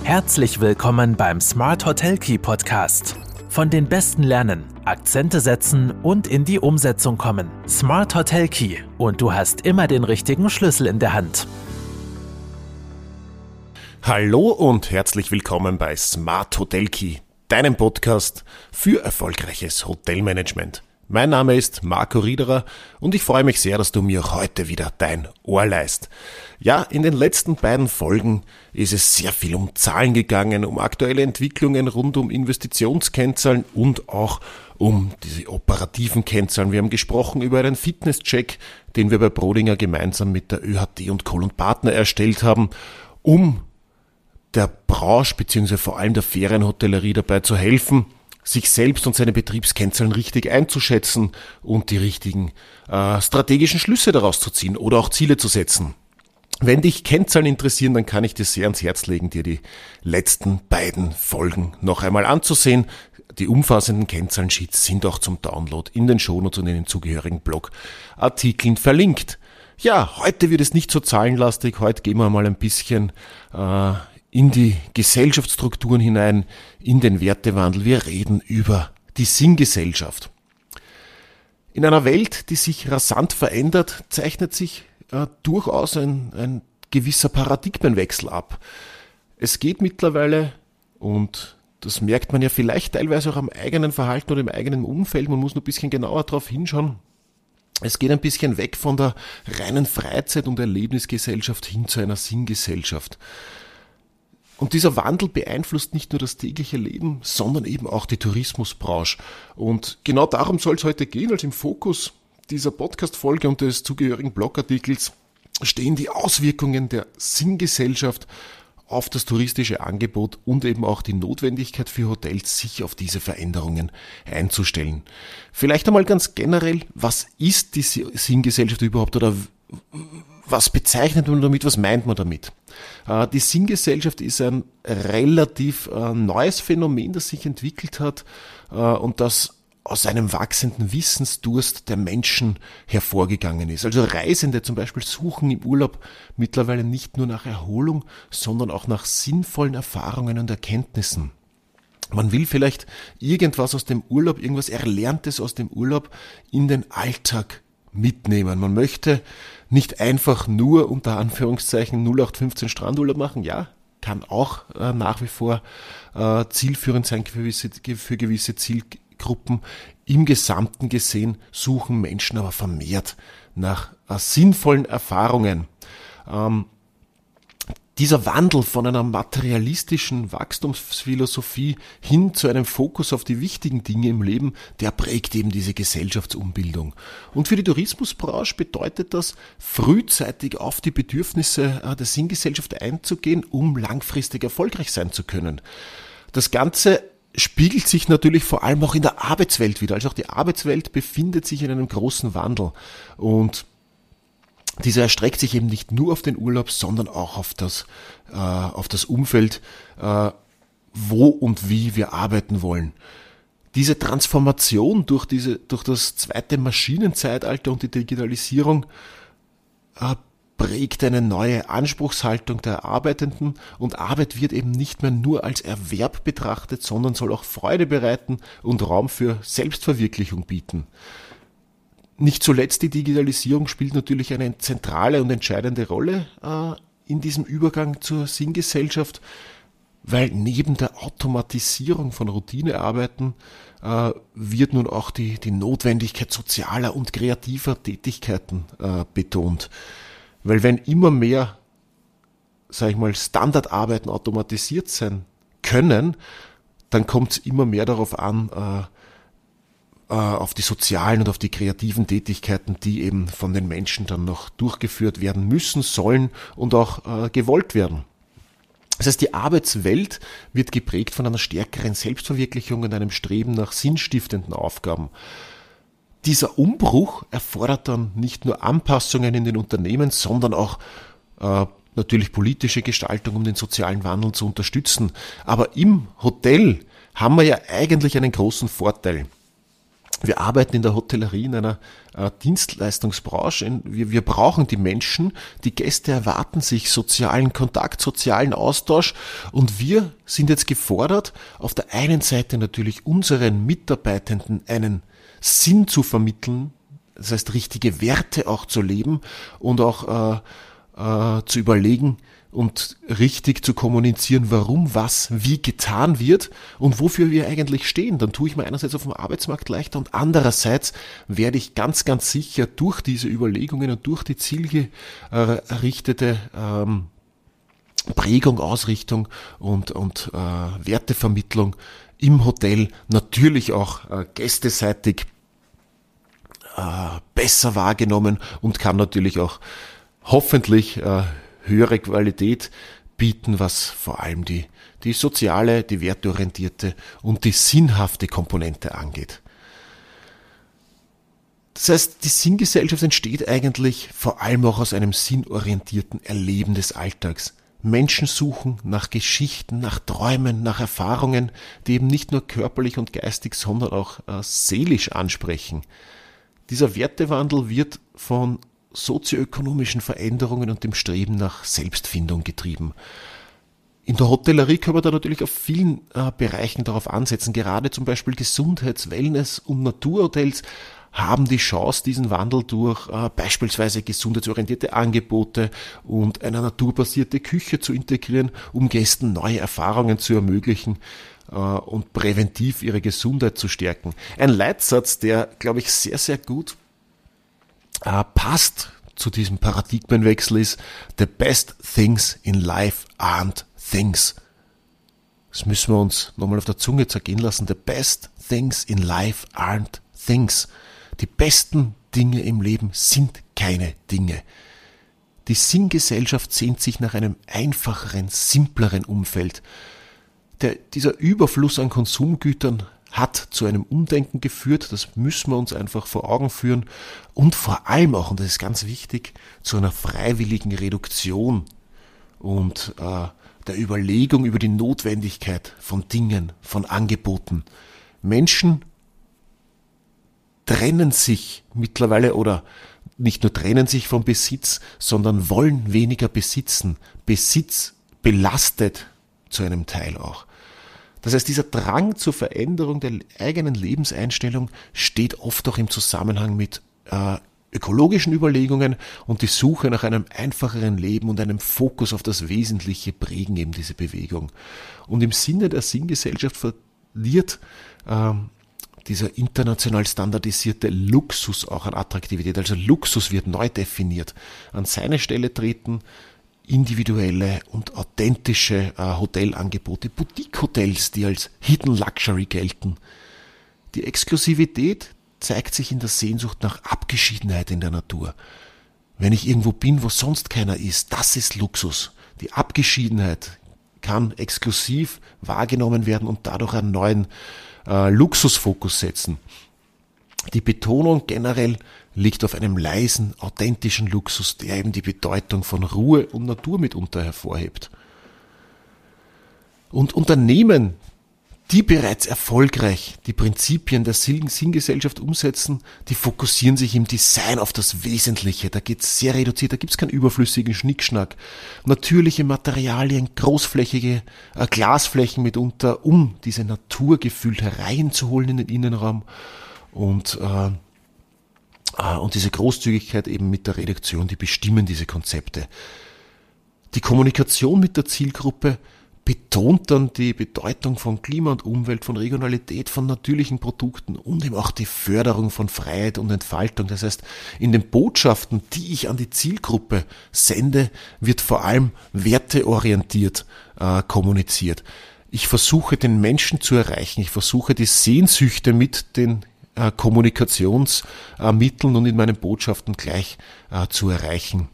Herzlich willkommen beim Smart Hotel Key Podcast. Von den Besten lernen, Akzente setzen und in die Umsetzung kommen. Smart Hotel Key und du hast immer den richtigen Schlüssel in der Hand. Hallo und herzlich willkommen bei Smart Hotel Key, deinem Podcast für erfolgreiches Hotelmanagement. Mein Name ist Marco Riederer und ich freue mich sehr, dass du mir heute wieder dein Ohr leihst. Ja, in den letzten beiden Folgen ist es sehr viel um Zahlen gegangen, um aktuelle Entwicklungen rund um Investitionskennzahlen und auch um diese operativen Kennzahlen. Wir haben gesprochen über einen Fitnesscheck, den wir bei Brodinger gemeinsam mit der ÖHT und Kohl & Partner erstellt haben, um der Branche bzw. vor allem der Ferienhotellerie dabei zu helfen, sich selbst und seine Betriebskennzahlen richtig einzuschätzen und die richtigen strategischen Schlüsse daraus zu ziehen oder auch Ziele zu setzen. Wenn dich Kennzahlen interessieren, dann kann ich dir sehr ans Herz legen, dir die letzten beiden Folgen noch einmal anzusehen. Die umfassenden Kennzahlensheets sind auch zum Download in den Shownotes und in den zugehörigen Blogartikeln verlinkt. Ja, heute wird es nicht so zahlenlastig, heute gehen wir mal ein bisschen in die Gesellschaftsstrukturen hinein, in den Wertewandel. Wir reden über die Sinngesellschaft. In einer Welt, die sich rasant verändert, zeichnet sich durchaus ein gewisser Paradigmenwechsel ab. Es geht mittlerweile, und das merkt man ja vielleicht teilweise auch am eigenen Verhalten oder im eigenen Umfeld, man muss nur ein bisschen genauer drauf hinschauen, es geht ein bisschen weg von der reinen Freizeit- und Erlebnisgesellschaft hin zu einer Sinngesellschaft. Und dieser Wandel beeinflusst nicht nur das tägliche Leben, sondern eben auch die Tourismusbranche. Und genau darum soll es heute gehen. Also im Fokus dieser Podcast-Folge und des zugehörigen Blogartikels stehen die Auswirkungen der Sinngesellschaft auf das touristische Angebot und eben auch die Notwendigkeit für Hotels, sich auf diese Veränderungen einzustellen. Vielleicht einmal ganz generell, was ist die Sinngesellschaft überhaupt oder was bezeichnet man damit, was meint man damit? Die Sinngesellschaft ist ein relativ neues Phänomen, das sich entwickelt hat und das aus einem wachsenden Wissensdurst der Menschen hervorgegangen ist. Also Reisende zum Beispiel suchen im Urlaub mittlerweile nicht nur nach Erholung, sondern auch nach sinnvollen Erfahrungen und Erkenntnissen. Man will vielleicht irgendwas aus dem Urlaub, irgendwas Erlerntes aus dem Urlaub in den Alltag mitnehmen. Man möchte nicht einfach nur unter Anführungszeichen 0815 Strandurlaub machen. Ja, kann auch nach wie vor zielführend sein für gewisse Zielgruppen. Im Gesamten gesehen suchen Menschen aber vermehrt nach sinnvollen Erfahrungen. Dieser Wandel von einer materialistischen Wachstumsphilosophie hin zu einem Fokus auf die wichtigen Dinge im Leben, der prägt eben diese Gesellschaftsumbildung. Und für die Tourismusbranche bedeutet das, frühzeitig auf die Bedürfnisse der Sinngesellschaft einzugehen, um langfristig erfolgreich sein zu können. Das Ganze spiegelt sich natürlich vor allem auch in der Arbeitswelt wider. Also auch die Arbeitswelt befindet sich in einem großen Wandel und dieser erstreckt sich eben nicht nur auf den Urlaub, sondern auch auf das Umfeld, wo und wie wir arbeiten wollen. Diese Transformation durch das zweite Maschinenzeitalter und die Digitalisierung prägt eine neue Anspruchshaltung der Arbeitenden und Arbeit wird eben nicht mehr nur als Erwerb betrachtet, sondern soll auch Freude bereiten und Raum für Selbstverwirklichung bieten. Nicht zuletzt die Digitalisierung spielt natürlich eine zentrale und entscheidende Rolle in diesem Übergang zur Sinngesellschaft, weil neben der Automatisierung von Routinearbeiten wird nun auch die Notwendigkeit sozialer und kreativer Tätigkeiten betont. Weil wenn immer mehr, Standardarbeiten automatisiert sein können, dann kommt es immer mehr darauf an, auf die sozialen und auf die kreativen Tätigkeiten, die eben von den Menschen dann noch durchgeführt werden müssen, sollen und auch gewollt werden. Das heißt, die Arbeitswelt wird geprägt von einer stärkeren Selbstverwirklichung und einem Streben nach sinnstiftenden Aufgaben. Dieser Umbruch erfordert dann nicht nur Anpassungen in den Unternehmen, sondern auch natürlich politische Gestaltung, um den sozialen Wandel zu unterstützen. Aber im Hotel haben wir ja eigentlich einen großen Vorteil. Wir arbeiten in der Hotellerie in einer Dienstleistungsbranche. Wir brauchen die Menschen, die Gäste erwarten sich sozialen Kontakt, sozialen Austausch und wir sind jetzt gefordert, auf der einen Seite natürlich unseren Mitarbeitenden einen Sinn zu vermitteln, das heißt richtige Werte auch zu leben und auch zu überlegen und richtig zu kommunizieren, warum was wie getan wird und wofür wir eigentlich stehen. Dann tue ich mir einerseits auf dem Arbeitsmarkt leichter und andererseits werde ich ganz, ganz sicher durch diese Überlegungen und durch die zielgerichtete Prägung, Ausrichtung und Wertevermittlung im Hotel natürlich auch gästeseitig besser wahrgenommen und kann natürlich auch hoffentlich höhere Qualität bieten, was vor allem die soziale, die werteorientierte und die sinnhafte Komponente angeht. Das heißt, die Sinngesellschaft entsteht eigentlich vor allem auch aus einem sinnorientierten Erleben des Alltags. Menschen suchen nach Geschichten, nach Träumen, nach Erfahrungen, die eben nicht nur körperlich und geistig, sondern auch seelisch ansprechen. Dieser Wertewandel wird von sozioökonomischen Veränderungen und dem Streben nach Selbstfindung getrieben. In der Hotellerie können wir da natürlich auf vielen Bereichen darauf ansetzen. Gerade zum Beispiel Gesundheits-, Wellness- und Naturhotels haben die Chance, diesen Wandel durch beispielsweise gesundheitsorientierte Angebote und eine naturbasierte Küche zu integrieren, um Gästen neue Erfahrungen zu ermöglichen und präventiv ihre Gesundheit zu stärken. Ein Leitsatz, der, glaube ich, sehr, sehr gut passt zu diesem Paradigmenwechsel ist: The best things in life aren't things. Das müssen wir uns nochmal auf der Zunge zergehen lassen. The best things in life aren't things. Die besten Dinge im Leben sind keine Dinge. Die Sinngesellschaft sehnt sich nach einem einfacheren, simpleren Umfeld. Dieser Überfluss an Konsumgütern hat zu einem Umdenken geführt, das müssen wir uns einfach vor Augen führen und vor allem auch, und das ist ganz wichtig, zu einer freiwilligen Reduktion und der Überlegung über die Notwendigkeit von Dingen, von Angeboten. Menschen trennen sich mittlerweile oder nicht nur trennen sich vom Besitz, sondern wollen weniger besitzen. Besitz belastet zu einem Teil auch. Das heißt, dieser Drang zur Veränderung der eigenen Lebenseinstellung steht oft auch im Zusammenhang mit ökologischen Überlegungen und die Suche nach einem einfacheren Leben und einem Fokus auf das Wesentliche prägen eben diese Bewegung. Und im Sinne der Sinngesellschaft verliert dieser international standardisierte Luxus auch an Attraktivität. Also Luxus wird neu definiert. An seine Stelle treten individuelle und authentische Hotelangebote, Boutique-Hotels, die als Hidden Luxury gelten. Die Exklusivität zeigt sich in der Sehnsucht nach Abgeschiedenheit in der Natur. Wenn ich irgendwo bin, wo sonst keiner ist, das ist Luxus. Die Abgeschiedenheit kann exklusiv wahrgenommen werden und dadurch einen neuen Luxusfokus setzen. Die Betonung generell liegt auf einem leisen, authentischen Luxus, der eben die Bedeutung von Ruhe und Natur mitunter hervorhebt. Und Unternehmen, die bereits erfolgreich die Prinzipien der Sinngesellschaft umsetzen, die fokussieren sich im Design auf das Wesentliche. Da geht's sehr reduziert, da gibt's keinen überflüssigen Schnickschnack. Natürliche Materialien, großflächige Glasflächen mitunter, um diese Naturgefühl hereinzuholen in den Innenraum. Und diese Großzügigkeit eben mit der Redaktion, die bestimmen diese Konzepte. Die Kommunikation mit der Zielgruppe betont dann die Bedeutung von Klima und Umwelt, von Regionalität, von natürlichen Produkten und eben auch die Förderung von Freiheit und Entfaltung. Das heißt, in den Botschaften, die ich an die Zielgruppe sende, wird vor allem werteorientiert kommuniziert. Ich versuche, den Menschen zu erreichen. Ich versuche, die Sehnsüchte mit den Kommunikationsmitteln und in meinen Botschaften gleich zu erreichen.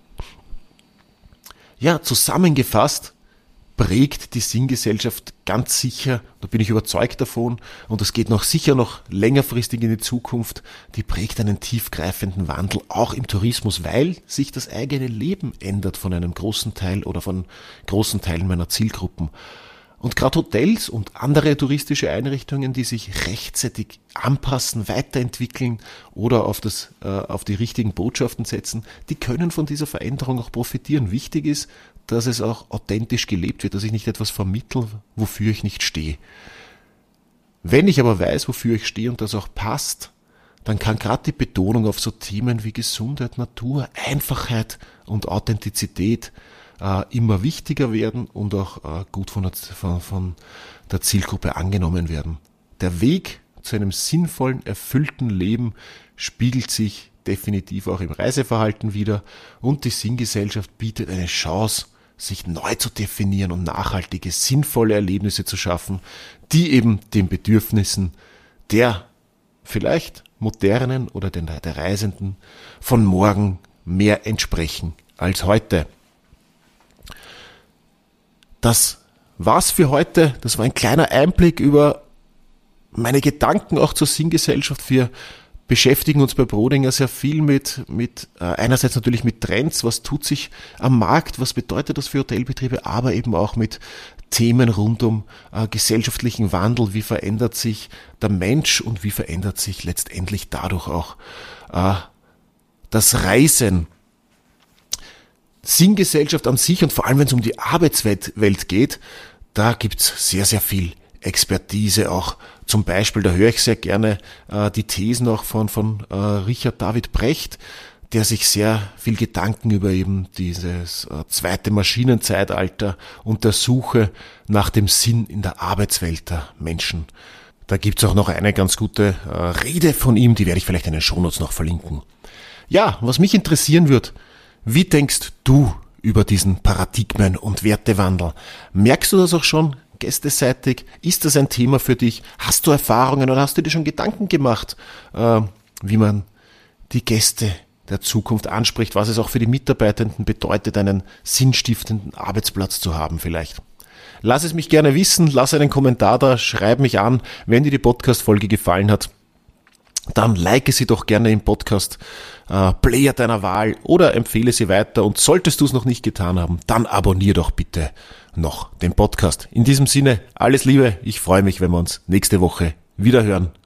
Ja, zusammengefasst prägt die Sinngesellschaft ganz sicher, da bin ich überzeugt davon, und das geht noch sicher noch längerfristig in die Zukunft, die prägt einen tiefgreifenden Wandel, auch im Tourismus, weil sich das eigene Leben ändert von einem großen Teil oder von großen Teilen meiner Zielgruppen. Und gerade Hotels und andere touristische Einrichtungen, die sich rechtzeitig anpassen, weiterentwickeln oder auf die richtigen Botschaften setzen, die können von dieser Veränderung auch profitieren. Wichtig ist, dass es auch authentisch gelebt wird, dass ich nicht etwas vermittle, wofür ich nicht stehe. Wenn ich aber weiß, wofür ich stehe und das auch passt, dann kann gerade die Betonung auf so Themen wie Gesundheit, Natur, Einfachheit und Authentizität immer wichtiger werden und auch gut von der Zielgruppe angenommen werden. Der Weg zu einem sinnvollen, erfüllten Leben spiegelt sich definitiv auch im Reiseverhalten wider und die Sinngesellschaft bietet eine Chance, sich neu zu definieren und nachhaltige, sinnvolle Erlebnisse zu schaffen, die eben den Bedürfnissen der vielleicht modernen oder der Reisenden von morgen mehr entsprechen als heute. Das war's für heute. Das war ein kleiner Einblick über meine Gedanken auch zur Sinngesellschaft. Wir beschäftigen uns bei Brodinger sehr viel mit einerseits natürlich mit Trends, was tut sich am Markt, was bedeutet das für Hotelbetriebe, aber eben auch mit Themen rund um gesellschaftlichen Wandel, wie verändert sich der Mensch und wie verändert sich letztendlich dadurch auch das Reisen. Sinngesellschaft an sich und vor allem, wenn es um die Arbeitswelt geht, da gibt's sehr, sehr viel Expertise auch. Zum Beispiel, da höre ich sehr gerne die Thesen auch von Richard David Brecht, der sich sehr viel Gedanken über eben dieses zweite Maschinenzeitalter und der Suche nach dem Sinn in der Arbeitswelt der Menschen. Da gibt's auch noch eine ganz gute Rede von ihm, die werde ich vielleicht in den Shownotes noch verlinken. Ja, was mich interessieren wird, wie denkst du über diesen Paradigmen- und Wertewandel? Merkst du das auch schon gästeseitig? Ist das ein Thema für dich? Hast du Erfahrungen oder hast du dir schon Gedanken gemacht, wie man die Gäste der Zukunft anspricht, was es auch für die Mitarbeitenden bedeutet, einen sinnstiftenden Arbeitsplatz zu haben vielleicht? Lass es mich gerne wissen, lass einen Kommentar da, schreib mich an, wenn dir die Podcast-Folge gefallen hat. Dann like sie doch gerne im Podcast-Player deiner Wahl oder empfehle sie weiter. Und solltest du es noch nicht getan haben, dann abonniere doch bitte noch den Podcast. In diesem Sinne, alles Liebe. Ich freue mich, wenn wir uns nächste Woche wieder hören.